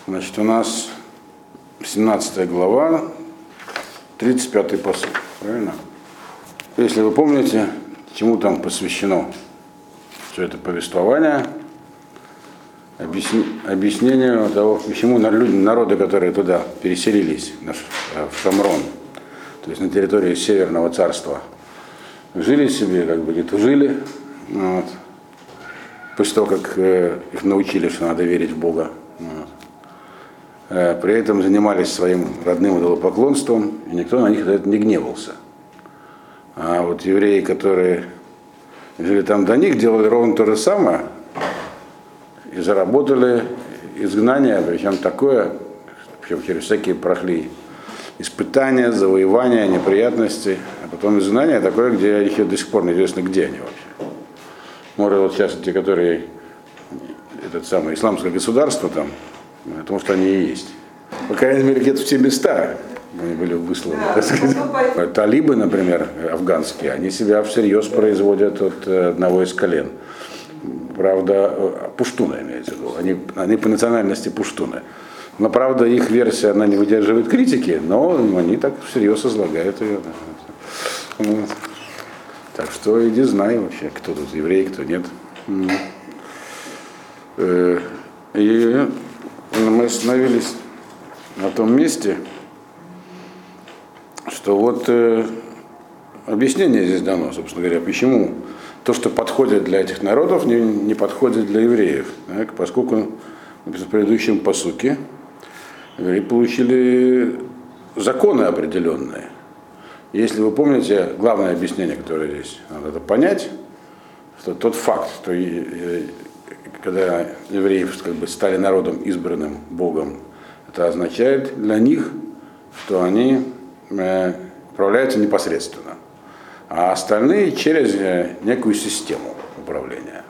Значит, у нас 17 глава, 35-й пасук, правильно? Если вы помните, чему там посвящено все это повествование, объяснению того, почему народы, которые туда переселились, в Шамрон, то есть на территории Северного царства, жили себе, как бы не тужили, вот, после того, как их научили, что надо верить в Бога. Вот. При этом занимались своим родным идолопоклонством, и никто на них за это не гневался. А вот евреи, которые жили там до них, делали ровно то же самое и заработали изгнание, причем такое, причем через всякие прошли испытания, завоевания, неприятности, а потом изгнание такое, где еще до сих пор неизвестно, где они вообще. Может, вот сейчас те, которые это самое исламское государство там, потому что они и есть. По крайней мере, где-то в те места они были высланы. Да, талибы, например, афганские, они себя всерьез производят от одного из колен. Правда, пуштуны имеется в виду. Они по национальности пуштуны. Но, правда, их версия, она не выдерживает критики, но они так всерьез излагают ее. Вот. Так что иди знай вообще, кто тут еврей, кто нет. И мы остановились на том месте, что вот объяснение здесь дано, собственно говоря, почему то, что подходит для этих народов, не подходит для евреев. Так, поскольку в предыдущем пасуке евреи получили законы определенные. Если вы помните, главное объяснение, которое здесь надо понять, что тот факт, что когда евреи как бы стали народом, избранным Богом, это означает для них, что они управляются непосредственно, а остальные через некую систему управления.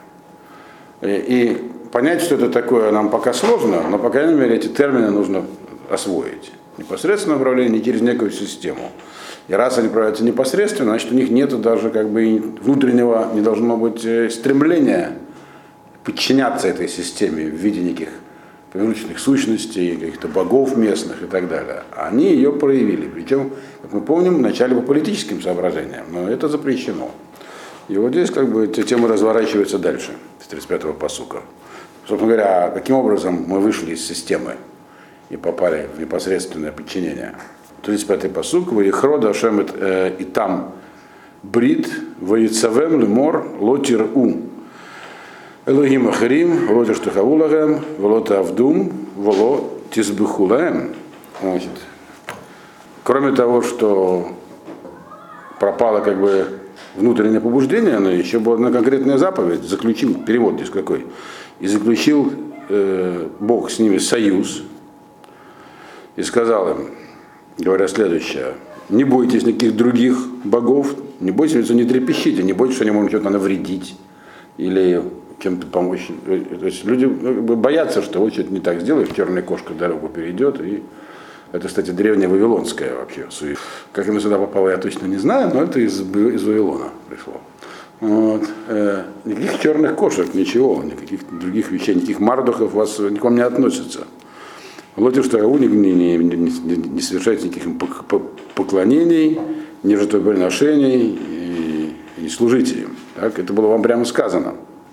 И понять, что это такое, нам пока сложно, но, по крайней мере, эти термины нужно освоить. Непосредственное управление через некую систему. И раз они управляются непосредственно, значит, у них нет даже как бы внутреннего, не должно быть стремления подчиняться этой системе в виде неких приручных сущностей, каких-то богов местных и так далее. Они ее проявили. Причем, как мы помним, вначале по политическим соображениям, но это запрещено. И вот здесь как бы эта тема разворачивается дальше, с 35-го пасука. Собственно говоря, каким образом мы вышли из системы и попали в непосредственное подчинение. 35-й пасук. «Ваихрода Ашем и там брит, ваицавем лемор лотир у. Элогим ахарим, воло штахавулагем, воло тавдум, воло тизбухулаем». Значит, кроме того, что пропало как бы внутреннее побуждение, но еще была одна конкретная заповедь. Заключил, перевод здесь какой, и заключил Бог с ними союз и сказал им, говоря следующее: не бойтесь никаких других богов, не бойтесь, не трепещите, не бойтесь, что они могут что-то навредить или чем-то помочь. То есть люди боятся, что вот что-то не так сделаешь, черная кошка дорогу перейдет. И это, кстати, древняя вавилонская вообще. Как оно сюда попало, я точно не знаю, но это из Вавилона пришло. Вот. Никаких черных кошек, ничего, никаких других вещей, никаких мардухов к вам не относятся. Лотив штагу не совершайте никаких поклонений, ни жертвоприношений и не служите им. Так? Это было вам прямо сказано.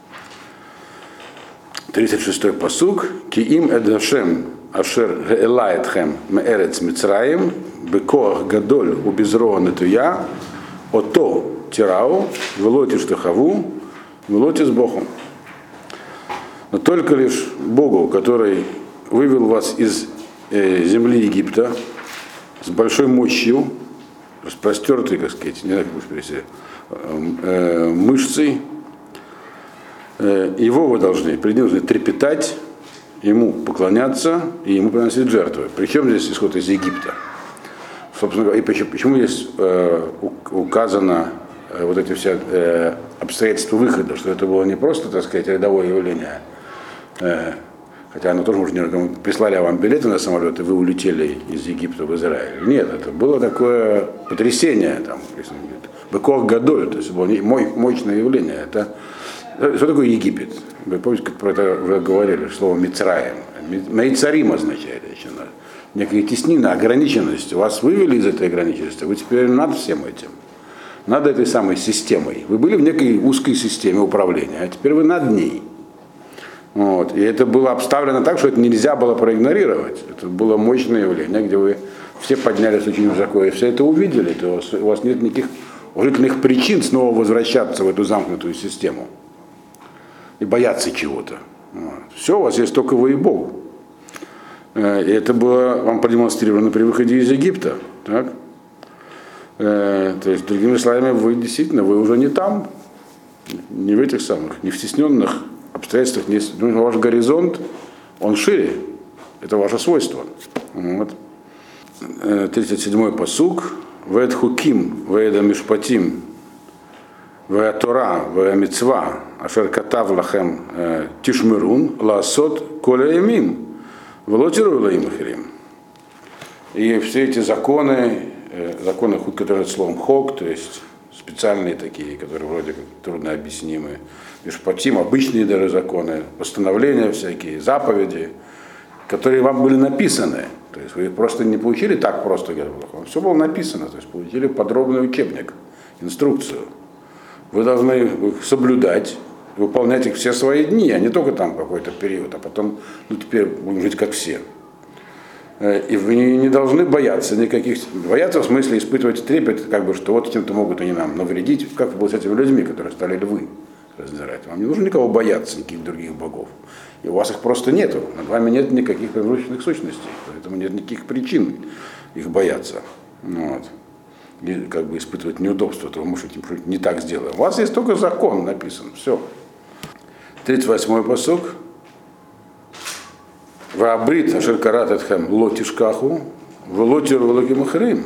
36-й пасук. Ки им эдашем ашер геэлаэтхем меэрец мицраим бекоах гадоль убезроа нетуя ото тирау велоти штахаву велоти с Богом. Но только лишь Богу, который вывел вас из земли Египта с большой мощью, распростертой, как сказать, не знаю, как перевести, мышцей. Его вы должны, перед ним должны трепетать, ему поклоняться и ему приносить жертвы. Причем здесь исход из Египта. Собственно говоря, и почему здесь указано вот эти все обстоятельства выхода, что это было не просто, так сказать, рядовое явление, хотя оно тоже можно, прислали вам билеты на самолет, и вы улетели из Египта в Израиль. Нет, это было такое потрясение, там, быков гадоль, то есть было мощное явление. Что такое Египет? Вы помните, как про это уже говорили, слово Мицраим. Мейцарим означает некая теснина, ограниченность. Вас вывели из этой ограниченности, вы теперь над всем этим. Над этой самой системой. Вы были в некой узкой системе управления, а теперь вы над ней. Вот. И это было обставлено так, что это нельзя было проигнорировать. Это было мощное явление, где вы все поднялись очень высоко и все это увидели, то у вас нет никаких уважительных причин снова возвращаться в эту замкнутую систему и бояться чего-то. Вот. Все, у вас есть только вы и Бог. И это было вам продемонстрировано при выходе из Египта. Так? То есть, другими словами, вы действительно, вы уже не там, не в этих самых, не в стесненных обстоятельствах, ваш горизонт, он шире. Это ваше свойство. Вот. 37-й пасук. Вэд хуким, вэда мишпатим, вэд тора, вэд мицва, ашер катав лахем тишмирун, ласот коля ямим, велотиру лаим ахирим. И все эти законы, которые словом хок, то есть специальные такие, которые вроде как трудно объяснимые, мишпатим, обычные даже законы, постановления всякие, заповеди, которые вам были написаны. То есть вы просто не получили так просто, все было написано, то есть получили подробный учебник, инструкцию. Вы должны их соблюдать, выполнять их все свои дни, а не только там какой-то период, а потом, теперь будем жить как все. И вы не должны бояться никаких, бояться в смысле испытывать трепет, как бы, что вот чем-то могут они нам навредить, как было с этими людьми, которые стали львы раздирать. Вам не нужно никого бояться, никаких других богов. И у вас их просто нету. Над вами нет никаких разрушенных сущностей. Поэтому нет никаких причин их бояться. Вот. И как бы испытывать неудобство, то вы можете не так сделать. У вас есть только закон написан. Все. 38-й пасук. Ваабрит ашеркарат этхэм лотишкаху, велотир велоким ахрим.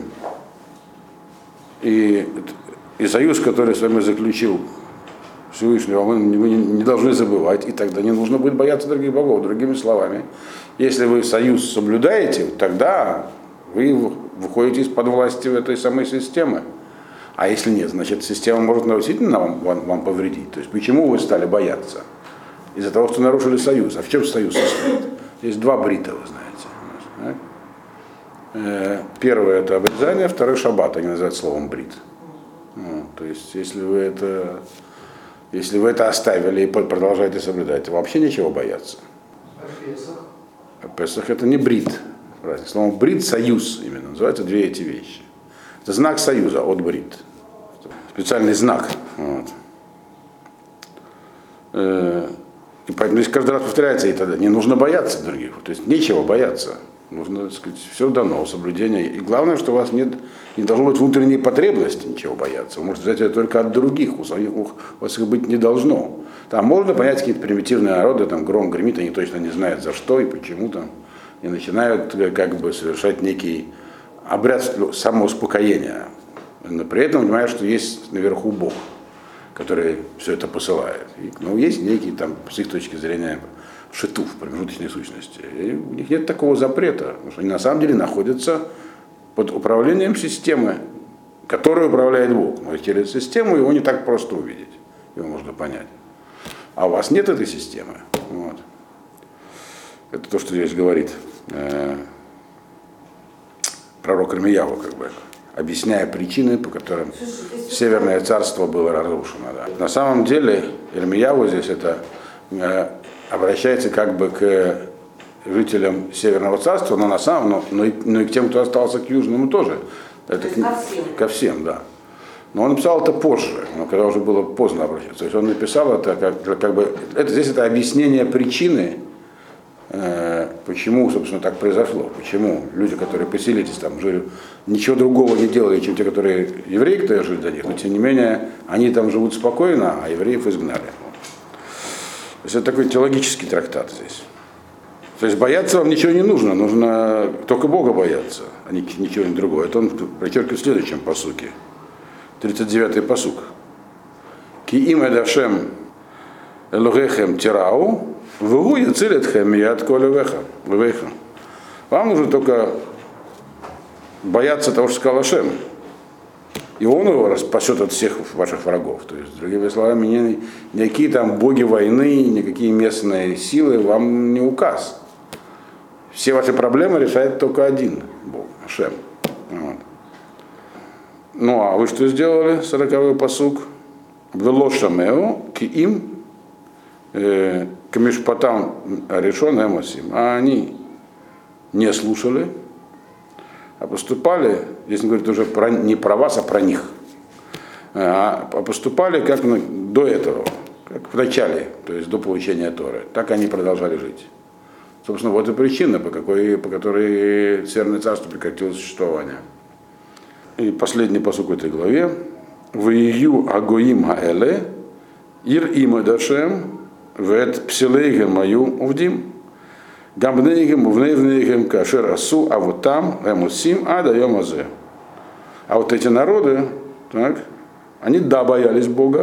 И союз, который с вами заключил Всевышнего, вы не должны забывать, и тогда не нужно будет бояться других богов. Другими словами, если вы союз соблюдаете, тогда вы выходите из-под власти этой самой системы. А если нет, значит система может действительно вам повредить. То есть почему вы стали бояться? Из-за того, что нарушили союз. А в чем союз состоит? Есть два брита, вы знаете. Первое это обрезание, второй шаббат, они называют словом брит. То есть если вы это оставили и продолжаете соблюдать, то вообще нечего бояться. А Песах это не брит. Словом брит союз именно. Называются две эти вещи. Это знак союза от брит. Специальный знак. Вот. И поэтому здесь каждый раз повторяется, и тогда не нужно бояться других. То есть нечего бояться. Нужно, так сказать, все дано, соблюдение. И главное, что у вас не должно быть внутренней потребности ничего бояться. Вы можете взять это только от других, у вас их быть не должно. Там можно понять какие-то примитивные народы, там гром гремит, они точно не знают за что и почему там. И начинают как бы совершать некий обряд самоуспокоения. Но при этом понимают, что есть наверху Бог, который все это посылает. Но есть некий там, с их точки зрения, шитуф, промежуточной сущности. И у них нет такого запрета, потому что они на самом деле находятся под управлением системы, которой управляет Бог. Но через систему его не так просто увидеть, его можно понять. А у вас нет этой системы. Вот. Это то, что здесь говорит пророк Ирмияу, как бы, объясняя причины, по которым Северное царство было разрушено. Да. На самом деле Ирмияу здесь это обращается как бы к жителям Северного царства, но и к тем, кто остался к Южному тоже. Это ко всем, да. Но он написал это позже, но когда уже было поздно обращаться. То есть он написал это как бы, здесь это объяснение причины, почему, собственно, так произошло. Почему люди, которые поселились там, жили, ничего другого не делали, чем те, которые евреи, которые жили до них, но тем не менее они там живут спокойно, а евреев изгнали. То есть это такой теологический трактат здесь. То есть бояться вам ничего не нужно, нужно только Бога бояться, а ничего не другого. Это он подчеркивает в следующем пасуке. 39-й пасук. Ки им эдашем элогехем тирау, вгу яцилетхем яд колевехем. Вам нужно только бояться того, что сказал Ашем. И он его спасет от всех ваших врагов. То есть, другими словами, никакие там боги войны, никакие местные силы вам не указ. Все ваши проблемы решает только один Бог, Ашем. Вот. Ну а вы что сделали, 40-й пасук? Вело шамеу ки им камишпатам решен эмосим. А они не слушали, а поступали, здесь он говорит уже не про вас, а про них. А поступали как до этого, как в начале, то есть до получения Торы. Так они продолжали жить. Собственно, вот и причина, по которой Северное царство прекратило существование. И последний пасук в этой главе. «Вию агоим хаэле, ир има дашем, вет псилейгем мою увдим, гамбнейгем увнейвнейгем кашер асу, а вот там эмусим ада йомазе». А вот эти народы, так, они боялись Бога,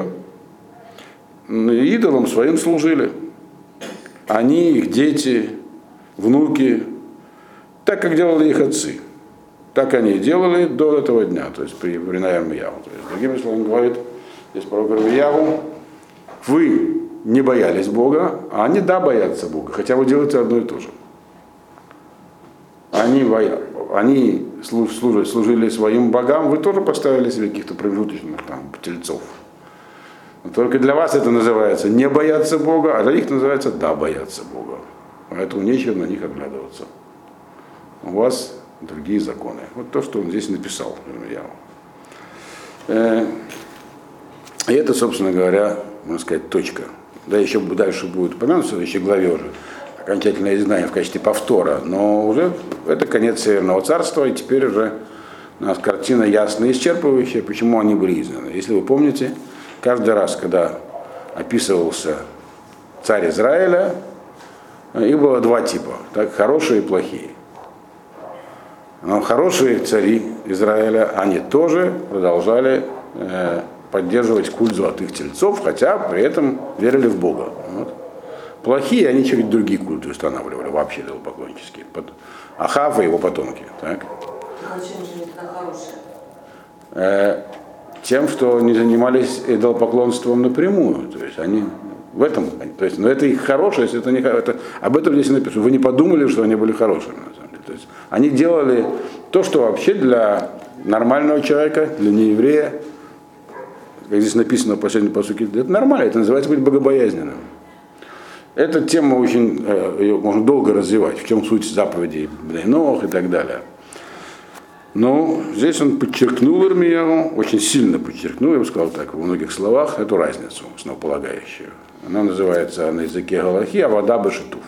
идолам своим служили. Они, их дети, внуки, так, как делали их отцы. Так они и делали до этого дня, то есть при Ирмияву. То есть, другими словами говорит, здесь пророк Ирмияву, вы не боялись Бога, а они боятся Бога, хотя вы делаете одно и то же. Они служили своим богам, вы тоже поставили себе каких-то промежуточных там тельцов. Но только для вас это называется не бояться Бога, а для них называется бояться Бога. Поэтому нечего на них оглядываться. У вас другие законы. Вот то, что он здесь написал. И это, собственно говоря, можно сказать, точка. Да, еще дальше будет упомянут в следующей главе уже окончательное изгнание в качестве повтора, но уже это конец Северного царства, и теперь уже у нас картина ясная и исчерпывающая, почему они были изгнаны. Если вы помните, каждый раз, когда описывался царь Израиля, их было два типа, так, хорошие и плохие. Но хорошие цари Израиля, они тоже продолжали поддерживать культ золотых тельцов, хотя при этом верили в Бога. Вот. Плохие, они через другие культы устанавливали, вообще идолопоклоннические. Ахав и его потомки. Так. А чем же они тогда хорошие? Тем, что не занимались идолопоклонством напрямую. То есть они в этом, то есть, но это их хорошее, если это не это, об этом здесь и написано. Вы не подумали, что они были хорошими, на самом деле. То есть они делали то, что вообще для нормального человека, для нееврея, как здесь написано в последнем пасуке, это нормально, это называется быть богобоязненным. Эта тема очень, ее можно долго развивать, в чем суть заповедей Нох и так далее. Но здесь он подчеркнул Ирмияву, очень сильно подчеркнул, я бы сказал так, во многих словах, эту разницу основополагающую. Она называется на языке галахи авада бешитуф.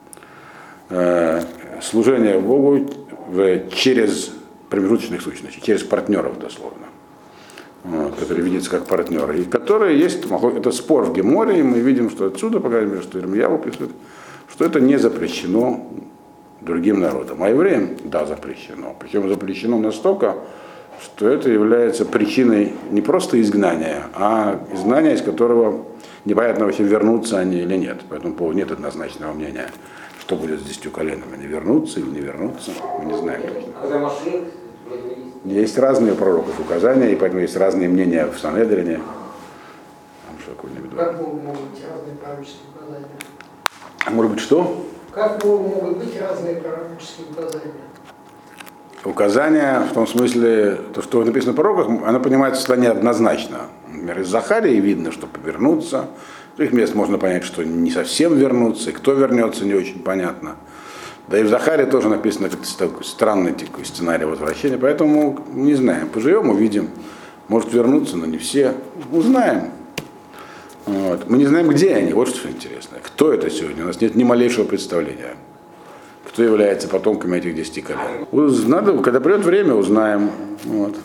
Служение Богу через промежуточных сущностей, через партнеров дословно, вот, которые видятся как партнеры. И которые есть, это спор в Геморе, и мы видим, что отсюда, по крайней мере, что Ирмияву пишет, что это не запрещено другим народам. А евреям, да, запрещено. Причем запрещено настолько, что это является причиной не просто изгнания, а изгнания, из которого непонятно вообще вернутся они или нет. По этому поводу нет однозначного мнения, что будет с 10 коленами. Они вернутся или не вернутся, мы не знаем точно. Есть разные пророков указания, и поэтому есть разные мнения в Санедрине. Как могут быть разные пророческие указания? А может быть что? Как могут быть разные пророческие указания? Указания, в том смысле, то, что написано в пророках, оно понимается всегда неоднозначно. Например, из Захарии видно, что повернутся. С других мест можно понять, что не совсем вернутся, и кто вернется, не очень понятно. Да и в Захаре тоже написано такой странный такой сценарий возвращения, поэтому не знаем. Поживем, увидим. Может вернуться, но не все. Узнаем. Вот. Мы не знаем, где они. Вот что интересно. Кто это сегодня? У нас нет ни малейшего представления. Кто является потомками этих 10 колен. Надо, когда придет время, узнаем. Вот.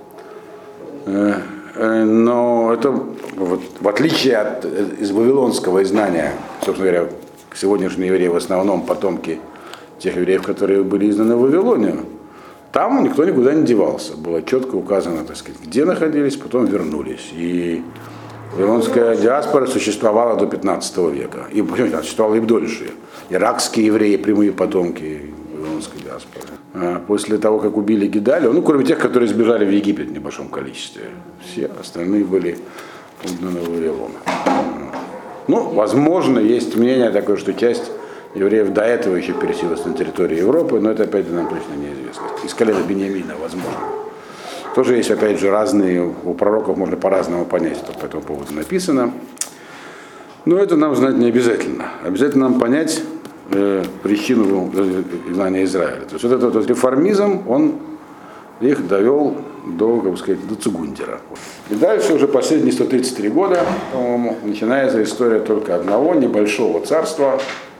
Но это, вот, в отличие от из вавилонского изгнания, собственно говоря, сегодняшние евреи в основном потомки тех евреев, которые были изгнаны в Вавилоне, там никто никуда не девался. Было четко указано, так сказать, где находились, потом вернулись. И вавилонская диаспора существовала до 15 века. И она существовала и дольше. Иракские евреи, прямые потомки вавилонской диаспоры. А после того, как убили Гидалию, ну, кроме тех, которые сбежали в Египет в небольшом количестве, все остальные были угнаны в Вавилон. Ну, возможно, есть мнение такое, что часть евреев до этого еще переселилось на территории Европы, но это опять же нам точно неизвестно. Из колена Беньямина, возможно. Тоже есть, опять же, разные, у пророков можно по-разному понять, что по этому поводу написано. Но это нам знать не обязательно. Обязательно нам понять причину изгнания Израиля. То есть вот этот вот реформизм, он их довел до, как бы сказать, до Цугундера. И дальше уже последние 133 года, по-моему, начинается история только одного небольшого царства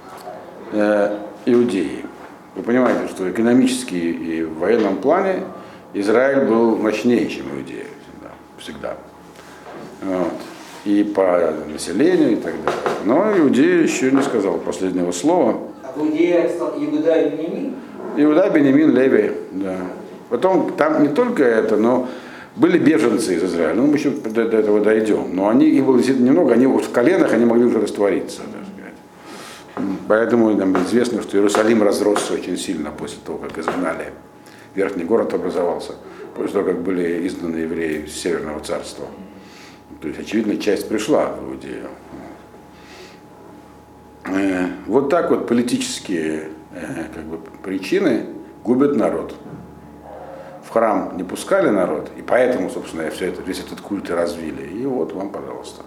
Иудеи. Вы понимаете, что экономически и в военном плане Израиль был мощнее, чем Иудея всегда. Вот. И по населению и так далее. Но Иудея еще не сказал последнего слова. А Иудея стал Иуда и Беньямин? Иуда, Беньямин, Леви, да. Потом там не только это, но были беженцы из Израиля. Ну, мы еще до этого дойдем. Но их было действительно немного, они вот в коленах они могли уже раствориться. Так сказать. Поэтому нам известно, что Иерусалим разросся очень сильно после того, как изгнали. Верхний город образовался, после того, как были изгнаны евреи из Северного царства. То есть, очевидно, часть пришла в Иудею. Вот так вот политические как бы, причины губят народ. В храм не пускали народ, и поэтому, собственно, весь этот культ и развили. И вот вам, пожалуйста.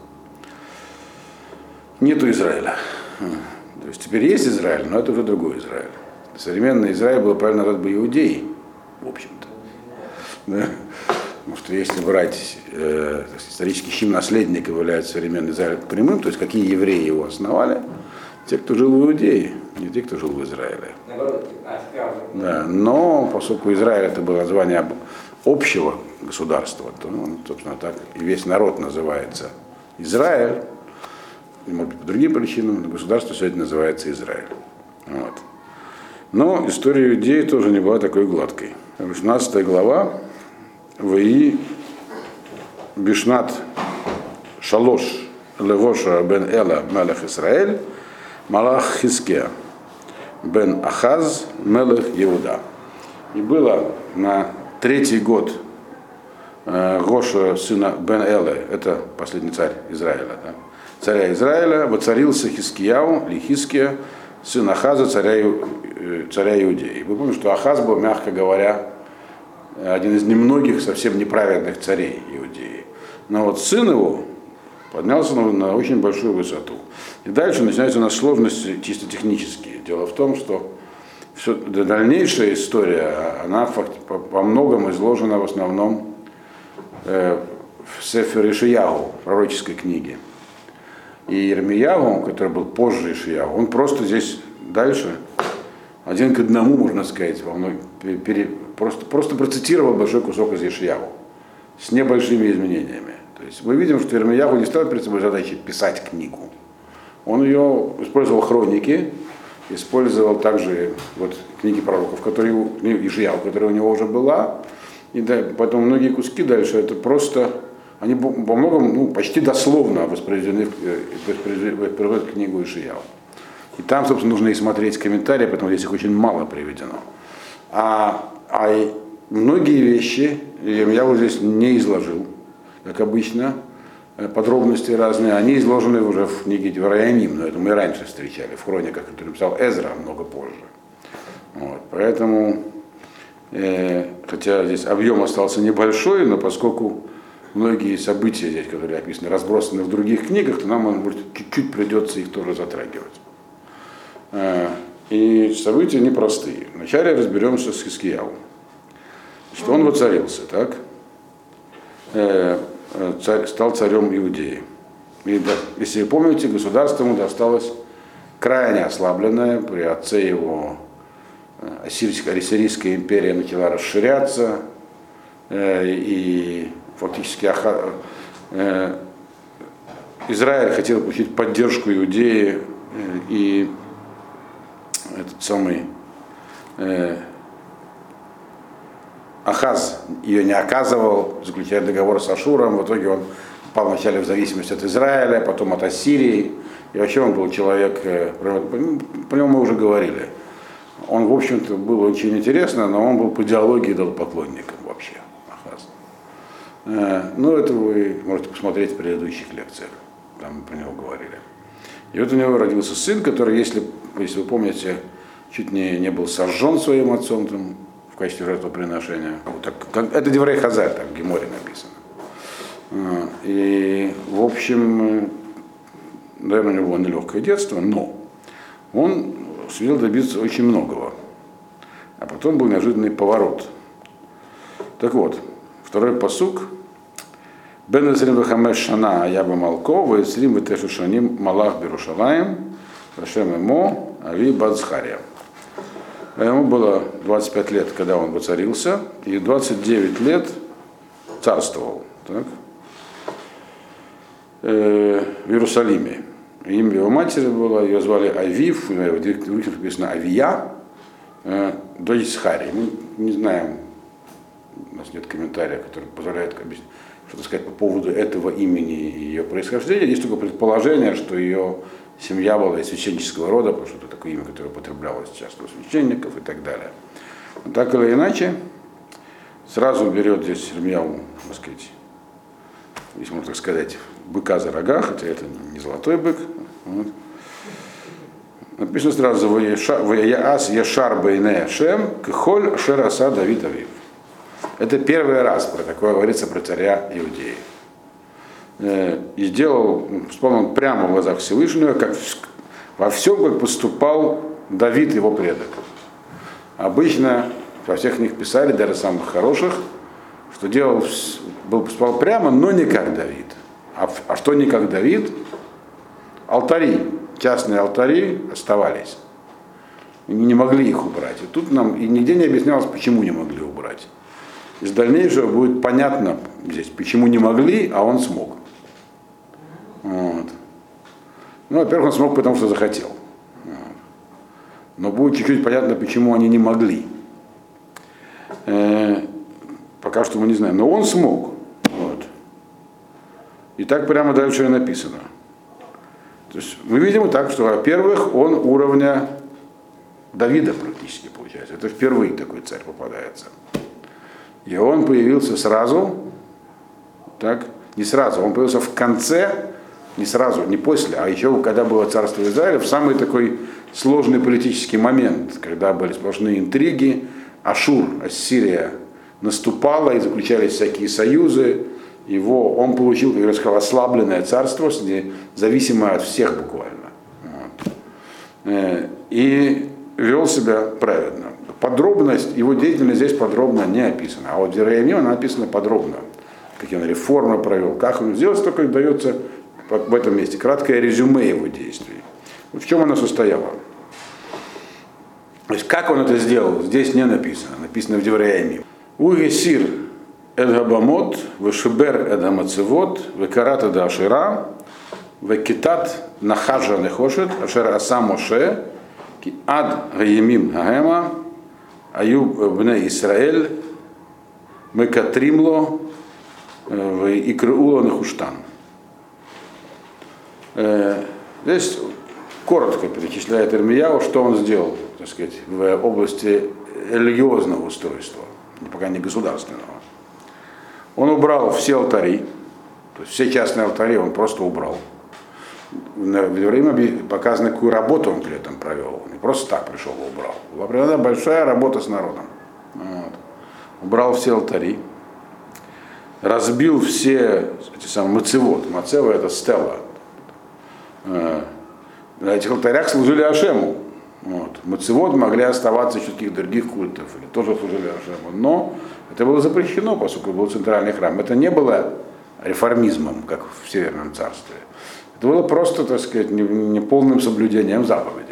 Нету Израиля. То есть теперь есть Израиль, но это уже другой Израиль. Современный Израиль был, правильно назвать бы, Иудеей, в общем-то. Да? Потому что если брать исторически, чьим наследником является современный Израиль прямым, то есть какие евреи его основали, те, кто жил в Иудее, не те, кто жил в Израиле. Да, но поскольку Израиль это было название общего государства, то, собственно, так и весь народ называется Израиль, и, может быть, по другим причинам, но государство сегодня называется Израиль. Вот. Но история Иудеи тоже не была такой гладкой. 18 глава. Ваи Бишнат Шалош Левоша бен Эла Мелех Исраэль Малах Хиския бен Ахаз Мелех Иуда. И было на третий год Гоша сына бен Элы, это последний царь Израиля, да? Царя Израиля, воцарился Хискияу, или Хиския, сын Ахаза, царя Иудеи. Вы помните, что Ахаз был, мягко говоря, один из немногих совсем неправедных царей Иудеи. Но вот сын его поднялся на очень большую высоту. И дальше начинаются у нас сложности чисто технические. Дело в том, что дальнейшая история, она во многом изложена в основном в Сефер Ишияу, пророческой книге. И Ирмияу, который был позже Ишияу, он просто здесь дальше, один к одному, можно сказать, просто процитировал большой кусок из Ишияу с небольшими изменениями. То есть мы видим, что Ирмияу не ставил перед собой задачей писать книгу. Он ее использовал хроники, использовал также вот книги пророков, Ишияу, которая у него уже была. И да, потом многие куски дальше, это просто, они во многом, почти дословно воспроизведены в книгу Ишияу. И там, собственно, нужно и смотреть комментарии, потому что здесь их очень мало приведено. А многие вещи я вот здесь не изложил, как обычно, подробности разные, они изложены уже в книге Девраямим, но это мы и раньше встречали, в хрониках, которые написал Эзра много позже. Вот, поэтому, хотя здесь объем остался небольшой, но поскольку многие события здесь, которые описаны, разбросаны в других книгах, то нам, может быть, чуть-чуть придется их тоже затрагивать. И события непростые. Вначале разберемся с Хискияу. Что он воцарился, так? Стал царем Иудеи. И, если вы помните, государство ему досталось крайне ослабленное. При отце его Ассирийская империя начала расширяться. И фактически Израиль хотел получить поддержку Иудеи. И этот самый Ахаз ее не оказывал, заключая договор с Ашуром. В итоге он попал вначале в зависимость от Израиля, потом от Ассирии. И вообще он был человек, про него мы уже говорили. Он, в общем-то, был очень интересно, но он был по идеологии идолопоклонником вообще, Ахаз. Ну, это вы можете посмотреть в предыдущих лекциях, там мы про него говорили. И вот у него родился сын, который, если вы помните, чуть не был сожжен своим отцом там, в качестве жертвоприношения. Вот так, это Деврей Хазаль, так в Геморе написано. И, в общем, наверное, у него было нелегкое детство, но он сумел добиться очень многого. А потом был неожиданный поворот. Так вот, второй пасук. Бен Эзрим вехамеш шана Аяба Малко, Ваэцрим вэтешу шаним Малах Берушалаем, Рашем Эмо, Ави Бацхария. Ему было 25 лет, когда он воцарился, и 29 лет царствовал так, в Иерусалиме. Имя его матери было, ее звали Авив, в других написано Авия, дочь Схари. Мы не знаем, у нас нет комментария, который позволяет что-то сказать по поводу этого имени и ее происхождения. Есть только предположение, что ее семья была из священнического рода, потому что это такое имя, которое употреблялось часто у священников и так далее. Но так или иначе, сразу берет здесь Ирмияу, так сказать, если можно так сказать, быка за рога, хотя это не золотой бык. Вот. Написано сразу: «Ваяас Яшар Бейне Шем Кхоль Ашер Аса Давид Авив». Это первый раз про такое говорится про царя Иудеи. И сделал, вспомнил прямо в глазах Всевышнего, как во всем, как поступал Давид, его предок. Обычно во всех них писали, даже самых хороших, что поступал прямо, но не как Давид. А что не как Давид? Алтари, частные алтари оставались. И не могли их убрать. И тут нам и нигде не объяснялось, почему не могли убрать. Из дальнейшего будет понятно здесь, почему не могли, а он смог. Вот. Ну, во-первых, он смог, потому что захотел. Вот. Но будет чуть-чуть понятно, почему они не могли. Пока что мы не знаем. Но он смог. Вот. И так прямо дальше и написано. То есть мы видим так, что, во-первых, он уровня Давида практически получается. Это впервые такой царь попадается. И он появился сразу, так, не сразу, он появился в конце, не сразу, не после, а еще когда было царство Израиля, в самый такой сложный политический момент, когда были сплошные интриги, Ашур, Ассирия наступала и заключались всякие союзы, он получил, как я сказал, ослабленное царство, зависимое от всех буквально. Вот. И вел себя праведно. Подробность, его деятельность здесь подробно не описана. А вот в Иеремии она описана подробно. Какие он реформы провел, как он сделал, только дается в этом месте краткое резюме его действий. В чем оно состояло? То есть как он это сделал, здесь не написано. Написано в Иеремии. Угесир эдгабамот, вешибер эдгамацевот, векарат эда ашира, векитат нахажа нехошет, ашер аса Моше, ки ад гаемим гагема, Аюб бне Исраэль, Мекатримло, и Крыула Нехуштан. Здесь коротко перечисляет Ирмияу, что он сделал, так сказать, в области религиозного устройства, пока не государственного. Он убрал все алтари, то есть все частные алтари он просто убрал. В время показано, какую работу он при этом провел. Не просто так пришел и убрал. Была проведена большая работа с народом. Вот. Убрал все алтари, разбил все эти самые мацевод. Мацева — это стела. На этих алтарях служили Ашему. Вот. Мацевод могли оставаться еще каких-то других культов, или тоже служили Ашему. Но это было запрещено, поскольку был центральный храм. Это не было реформизмом, как в Северном царстве. Это было просто, так сказать, неполным соблюдением заповедей.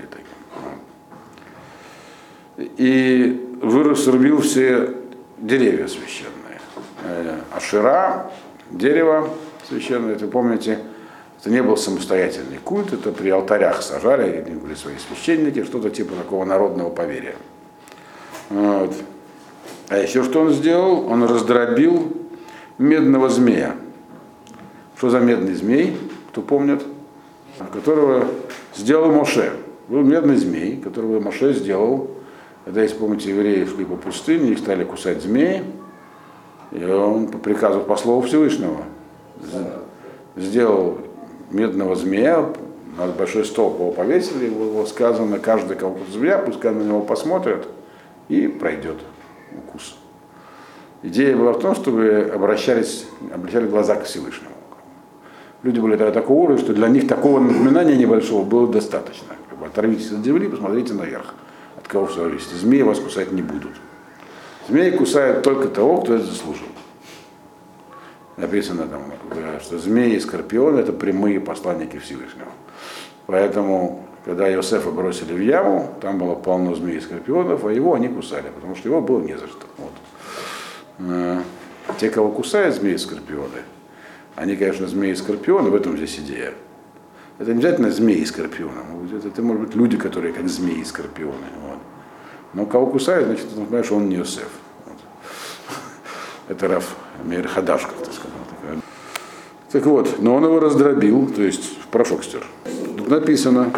И срубил все деревья священные. Ашира, дерево священное, это, помните, это не был самостоятельный культ, это при алтарях сажали, они были свои священники, что-то типа такого народного поверья. Вот. А еще что он сделал? Он раздробил медного змея. Что за медный змей? Кто помнит? Которого сделал Моше. Был медный змей, которого Моше сделал. Когда, если помните, евреи шли по пустыне, их стали кусать змеи. И он по приказу послов Всевышнего сделал медного змея, У нас большой столб его повесили, было сказано, каждый кого змея, пускай на него посмотрят, и пройдет укус. Идея была в том, чтобы обращали глаза к Всевышнему. Люди были такого уровня, что для них такого напоминания небольшого было достаточно. Оторвитесь от земли, посмотрите наверх, от кого все зависит. Змеи вас кусать не будут. Змеи кусают только того, кто это заслужил. Написано там, что змеи и скорпионы — это прямые посланники Всевышнего. Поэтому, когда Иосифа бросили в яму, там было полно змей и скорпионов, а его они кусали, потому что его было не за что. Вот. Те, кого кусают змеи и скорпионы, они, конечно, змеи и скорпионы, в этом здесь идея. Это не обязательно змеи и скорпионы. Это может быть люди, которые как змеи и скорпионы. Вот. Но кого кусают, значит, ты понимаешь, он не Иосиф. Вот. Это Рав Меир Хадаш, как ты сказал. Так вот, но он его раздробил, то есть в порошок стер. Тут написано,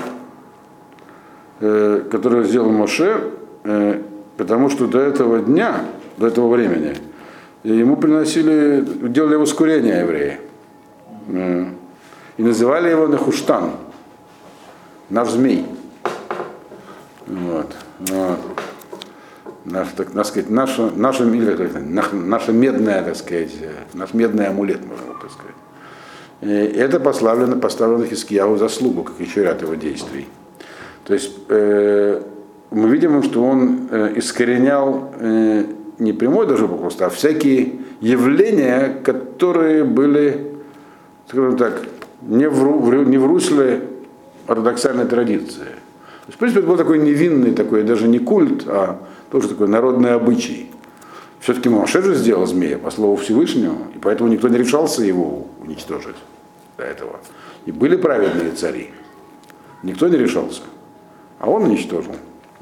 который сделал Моше, потому что до этого дня, до этого времени, ему приносили, делали воскурение евреи. И называли его Нехуштан, наш змей. Вот. Наша медная, так сказать, наш медный амулет, можно так сказать. И это поставлено Хискияху в заслугу, как еще ряд его действий. То есть мы видим, что он искоренял не прямой даже просто, а всякие явления, которые были, скажем так, не в русле ортодоксальной традиции. То есть, в принципе, это был такой невинный, такой даже не культ, а тоже такой народный обычай. Все-таки Моше же сделал змея по слову Всевышнего, и поэтому никто не решался его уничтожить до этого. И были праведные цари. Никто не решался. А он уничтожил.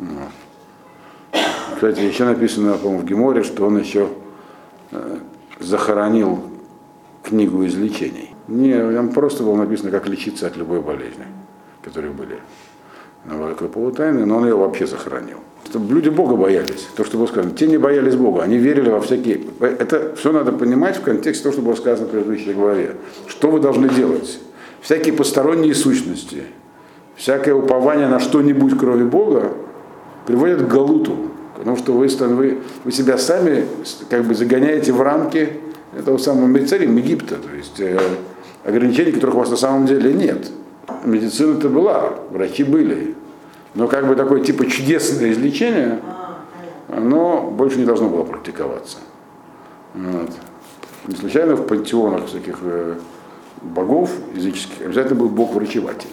Кстати, еще написано, по-моему, в Геморе, что он еще захоронил книгу излечений. Не, там просто было написано, как лечиться от любой болезни, которые были на Великой Полутайне, но он ее вообще захоронил. Чтобы люди Бога боялись. То, что было сказано, те не боялись Бога, они верили во всякие... Это все надо понимать в контексте того, что было сказано в предыдущей главе. Что вы должны делать? Всякие посторонние сущности, всякое упование на что-нибудь, кроме Бога, приводит к галуту. Потому что вы себя сами как бы загоняете в рамки этого самого медицарим Египта, то есть ограничений, которых у вас на самом деле нет. Медицина-то была, врачи были, но как бы такое типа чудесное излечение, оно больше не должно было практиковаться. Вот. Не случайно в пантеонах всяких богов языческих обязательно был бог-врачеватель.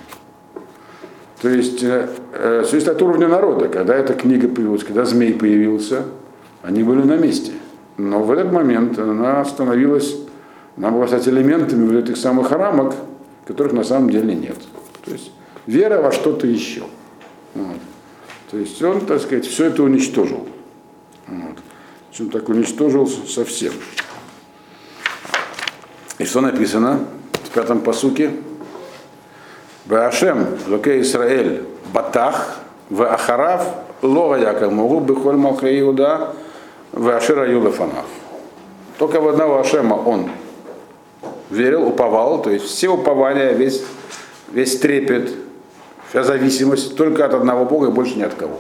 То есть зависит от уровня народа. Когда эта книга появилась, когда змей появился, они были на месте. Но в этот момент она была стать элементами вот этих самых рамок, которых на самом деле нет. То есть вера во что-то еще. Вот. То есть он, так сказать, все это уничтожил. Вот. Он так уничтожил совсем. И что написано в 5-м пасуке? Баашем локе Исраэль батах в ахарав лога яков могу бихоль малхе Иуда в ашира юлефанав. Только в одного Ашема он верил, уповал, то есть все упования, весь трепет, вся зависимость только от одного Бога и больше ни от кого.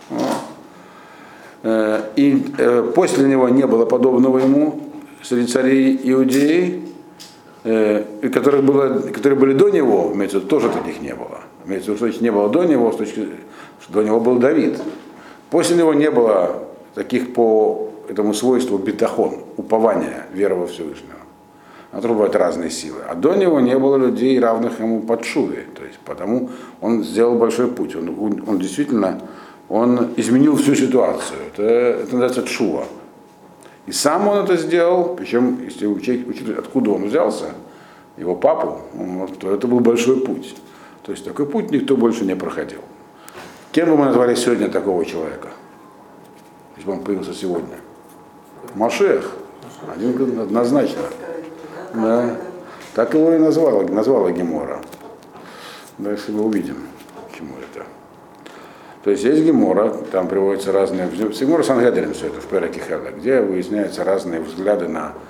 И после него не было подобного ему среди царей Иудеи, которые были до него, имеется в виду, тоже таких не было. Имеется в виду, что не было до него, что до него был Давид. После него не было таких по этому свойству битахон, упования, вера во Всевышнего. На то бывают разные силы. А до него не было людей, равных ему под шуве. То есть, потому он сделал большой путь. Он действительно изменил всю ситуацию. Это называется тшува. И сам он это сделал, причем, если учить, откуда он взялся, его папу, то это был большой путь. То есть такой путь никто больше не проходил. Кем бы мы назвали сегодня такого человека? Если бы он появился сегодня? Машех. Однозначно. Да. Так его и назвала Гемора. Дальше мы увидим, почему это. То есть есть Гемора, там приводятся разные... Гемора Сангедрин все это в Переке Хелла, где выясняются разные взгляды на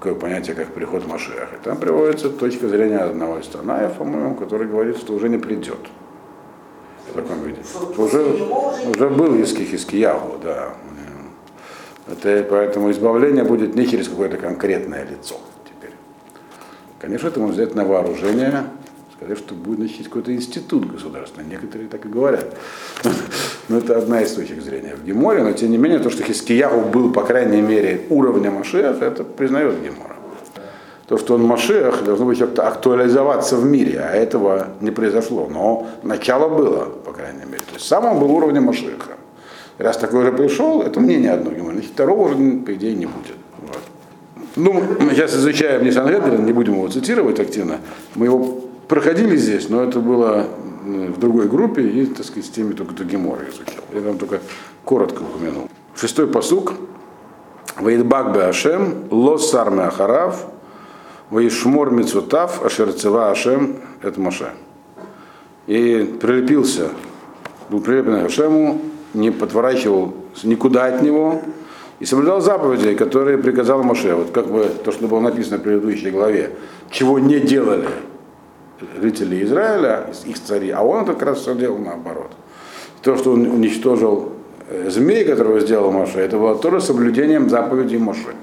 такое понятие, как приход Машиаха. И там приводится точка зрения одного из Танаев, по-моему, который говорит, что уже не придет. В таком виде. Уже был Хискияху, да. Это, поэтому избавление будет не через какое-то конкретное лицо теперь. Конечно, это можно взять на вооружение, сказать, что будет начать какой-то институт государственный. Некоторые так и говорят. Но это одна из точек зрения в Геморе, но тем не менее, то, что Хискияху был, по крайней мере, уровня Машиаха, это признает Гемора. То, что он Машиах, должно быть как-то актуализоваться в мире, а этого не произошло. Но начало было, по крайней мере. То есть сам он был уровнем Машиаха. Раз такой уже пришел, это мнение одно Гемора. Значит, второго уже, по идее, не будет. Вот. Ну, мы сейчас изучаем Нисан-Гедерин, не будем его цитировать активно. Мы его проходили здесь, но это было в другой группе и, так сказать, с теми только Гемора изучал. Я там только коротко упомянул. 6-й пасук. Ваидбак бе Ашем, лос сарме ахарав, ваишмор мицутав, ашерцева Ашем, это Моше. И прилепился, был прилеплен к Ашему, не подворачивал никуда от него и соблюдал заповеди, которые приказал Моше. Вот как бы то, что было написано в предыдущей главе, чего не делали жители Израиля, их цари, а он это как раз все делал наоборот. То, что он уничтожил змей, которого сделал Моше, это было тоже соблюдением заповедей Моше.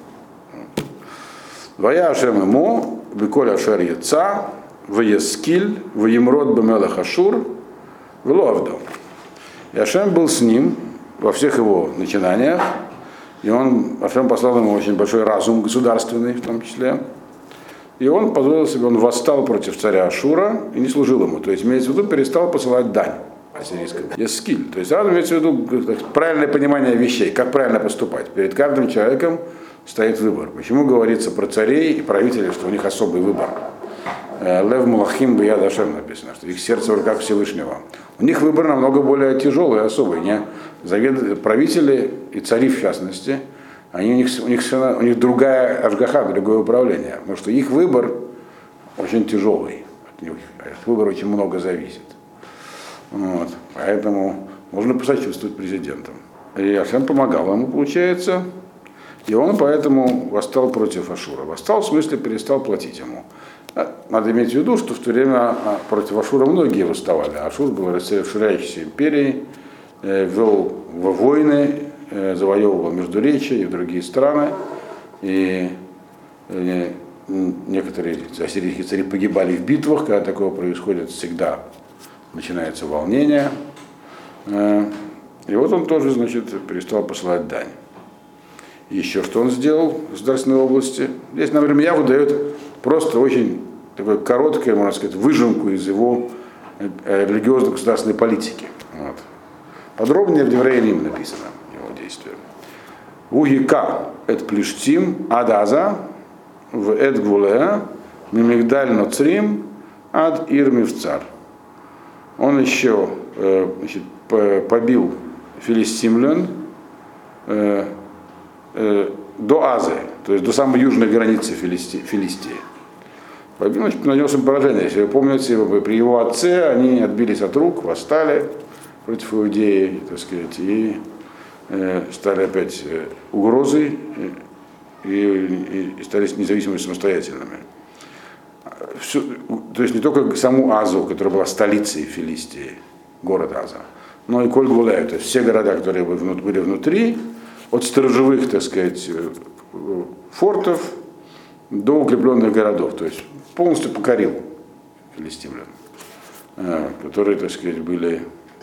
Вая Ашем ему, Беколь Ашер Яца, Ваескиль, Ваемрод Бемелех Ашур, Вловдом. И Ашем был с ним во всех его начинаниях, и Ашем послал ему очень большой разум государственный в том числе. И он позволил себе, он восстал против царя Ашура и не служил ему. То есть, имеется в виду, перестал посылать дань ассирийскому. Ескиль. То есть, сразу имеется в виду правильное понимание вещей, как правильно поступать. Перед каждым человеком стоит выбор. Почему говорится про царей и правителей, что у них особый выбор? Лев Мулахим Бияд Ашем написано, что их сердце в руках Всевышнего. У них выбор намного более тяжелый и особый. Правители и цари в частности, у них другая ажгаха, другое управление. Потому что их выбор очень тяжелый. От их выбора очень много зависит. Вот. Поэтому можно посочувствовать президентам. И Ашем помогал ему, получается. И он поэтому восстал против Ашура. Восстал в смысле перестал платить ему. Надо иметь в виду, что в то время против Ашура многие восставали. Ашур был расширяющейся империей, вел во войны, завоевывал Междуречие и другие страны. И некоторые ассирийские цари погибали в битвах. Когда такое происходит, всегда начинается волнение. И вот он тоже, значит, перестал посылать дань. Еще что он сделал в государственной области? Здесь, например, Яву дает просто очень такое короткое, можно сказать, выжимку из его религиозно-государственной политики. Вот. Подробнее в Деврейлим написано его действия. Угика эт плештим адаза в эт гвулеа мимигдаль ноцрим ад ир мивцар. Он еще значит, побил филистимлян до Азы, то есть до самой южной границы Филистии. Побил, значит, нанес им поражение. Если вы помните, при его отце они отбились от рук, восстали против Иудеи, так сказать, и стали опять угрозой и стали независимыми, самостоятельными. То есть не только саму Азу, которая была столицей Филистии, город Аза, но и Коль-Гулея, то есть все города, которые были внутри, от сторожевых, так сказать, фортов до укрепленных городов, то есть полностью покорил филистимлян, которые, так сказать, были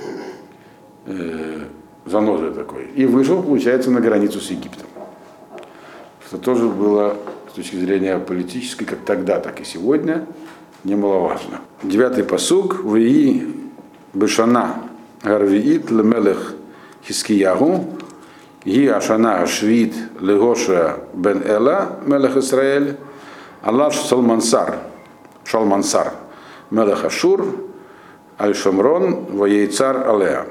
занозой такой. И вышел, получается, на границу с Египтом. Что тоже было, с точки зрения политической, как тогда, так и сегодня, немаловажно. 9-й пасук. Вии бешана гарвиит лемелех Хискиягу, ги ашана ашвит легоша бен Эла мелех Исраэль, Аллах Шалмансар мелех Ашур, Аль-Шамрон воейцар Алеа.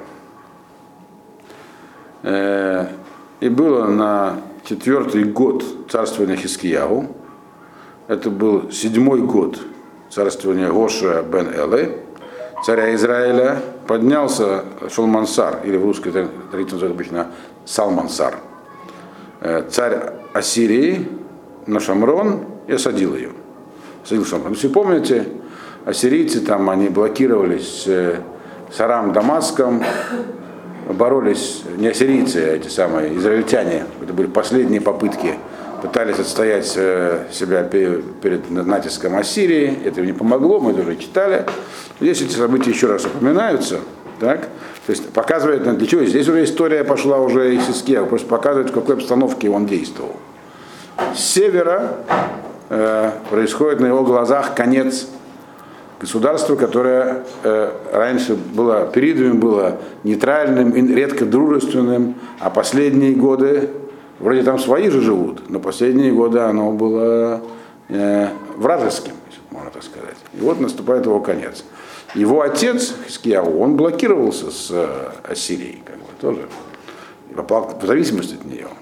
И было на 4-й год царствования Хискиягу, это был 7-й год царствования Гоша бен Элы, царя Израиля, поднялся Шалмансар, или в русской традиции называют обычно Салмансар, царь Ассирии, на Шамрон и осадил ее. Осадил Шамрон. Если помните, ассирийцы там, они блокировались с Арам Дамаском, боролись не ассирийцы, а эти самые израильтяне. Это были последние попытки, пытались отстоять себя перед натиском Ассирии. Это им не помогло, мы это уже читали. Здесь эти события еще раз упоминаются. Так? То есть показывает, для чего. Здесь уже история пошла уже из Хизкияху, просто показывает, в какой обстановке он действовал. С севера происходит на его глазах конец государства, которое раньше было, периодами было нейтральным и редко дружественным, а последние годы, вроде там свои же живут, но последние годы оно было вражеским, если можно так сказать. И вот наступает его конец. Его отец, Хизкияху, он блокировался с Ассирией, как бы, тоже, в зависимости от нее.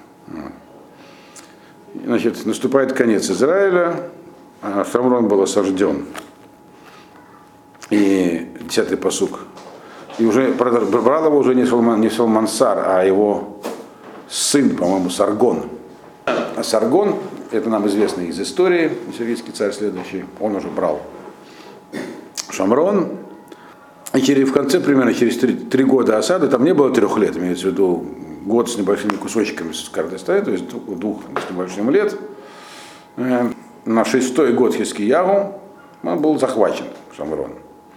Значит, наступает конец Израиля, Шамрон был осажден. И 10-й пасук. И уже брал его уже не Салмансар, а его сын, по-моему, Саргон. А Саргон, это нам известно из истории, сирийский царь следующий, он уже брал Шамрон. И в конце, примерно через 3 года осады, там не было 3 лет, имеется в виду год с небольшими кусочками с карты стоит, то есть 2 с небольшим лет. На 6-й год Хизкияху он был захвачен, Шамрон.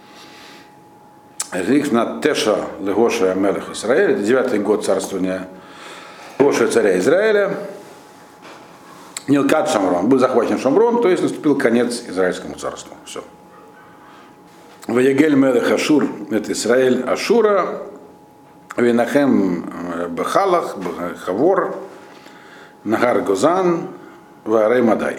На Теша Легоша Мелех Исраэль, это 9-й год царствования Легоша царя Израиля. Нилкат Шамрон, был захвачен Шамрон, то есть наступил конец Израильскому царству. Все. Ваягель Мелех Ашур, это Израиль Ашура, Винахем Бехалах, Хавор, Нагар Гозан, Ваарей Мадай.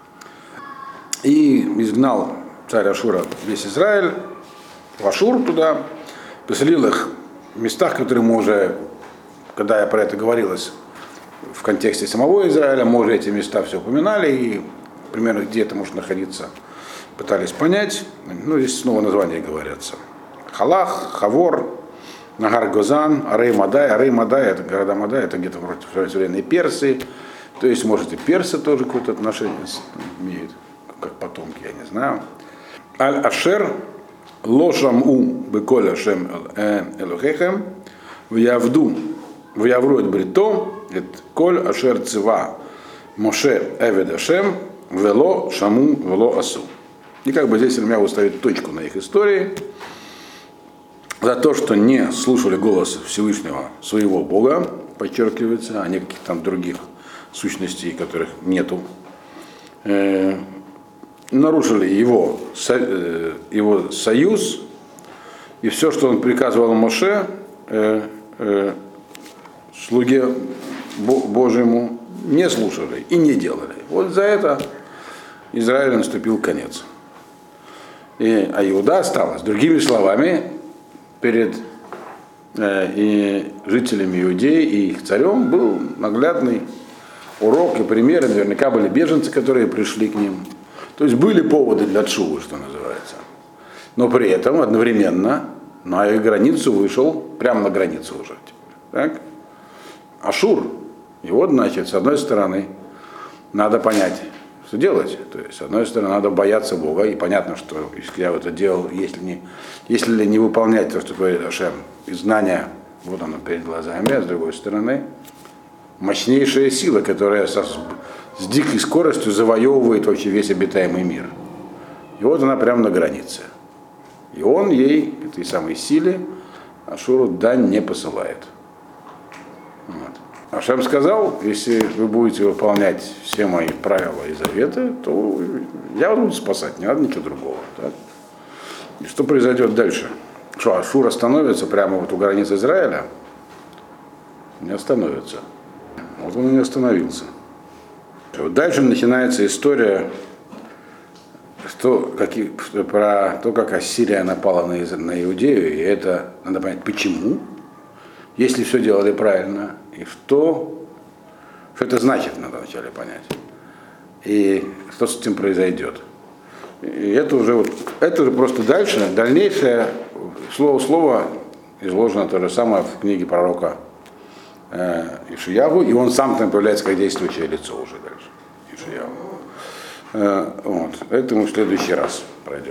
И изгнал царь Ашура весь Израиль в Ашур туда, поселил их в местах, которые мы уже, когда я про это говорилось в контексте самого Израиля, мы уже эти места все упоминали, и примерно где это может находиться, пытались понять. Ну, здесь снова названия говорятся. Халах, Хавор, Нагар Гозан, Арей Мадай. Арей Мадай, это города Мадай, это где-то вроде современной Персии. То есть, может, и персы тоже какое-то отношение имеют, как потомки, я не знаю. Аль-Ашер, Лошам-У, Беколь Ашем Элохехем, Вявру эт Брито, эт Коль Ашер Цива, Моше Эвед Ашем, Вело Шаму, Вело Асу. И как бы здесь Ирмияу ставит точку на их истории за то, что не слушали голос Всевышнего своего Бога, подчеркивается, а не каких-то там других сущностей, которых нету, нарушили его союз, и все, что он приказывал Моше, слуге Божьему, не слушали и не делали. Вот за это Израилю наступил конец. А Иуда осталась. Другими словами, перед и жителями Иудеи и их царем был наглядный урок и примеры. Наверняка были беженцы, которые пришли к ним. То есть были поводы для тшувы, что называется. Но при этом одновременно на их границу вышел, прямо на границу уже. Так? Ашур. И вот, значит, с одной стороны, надо понять, что делать. То есть, с одной стороны, надо бояться Бога. И понятно, что если я это делал, если не выполнять то, что говорит Ашем, и знания, вот оно перед глазами, а с другой стороны, мощнейшая сила, которая с дикой скоростью завоевывает вообще весь обитаемый мир. И вот она прямо на границе. И он ей, этой самой силе, Ашуру дань не посылает. Вот. Ашем сказал, если вы будете выполнять все мои правила и заветы, то я вас буду спасать, не надо ничего другого. Так? И что произойдет дальше? Что, Ашур остановится прямо вот у границы Израиля? Не остановится. Вот он и не остановился. Вот дальше начинается история про то, как Ассирия напала на Иудею, и это надо понять, почему, если все делали правильно, и что это значит, надо вначале понять, и что с этим произойдет. И это уже просто дальнейшее слово в слово изложено то же самое в книге пророка Ишиягу, и он сам там появляется как действующее лицо уже дальше. Ишаяу. Вот. Это мы в следующий раз пройдем.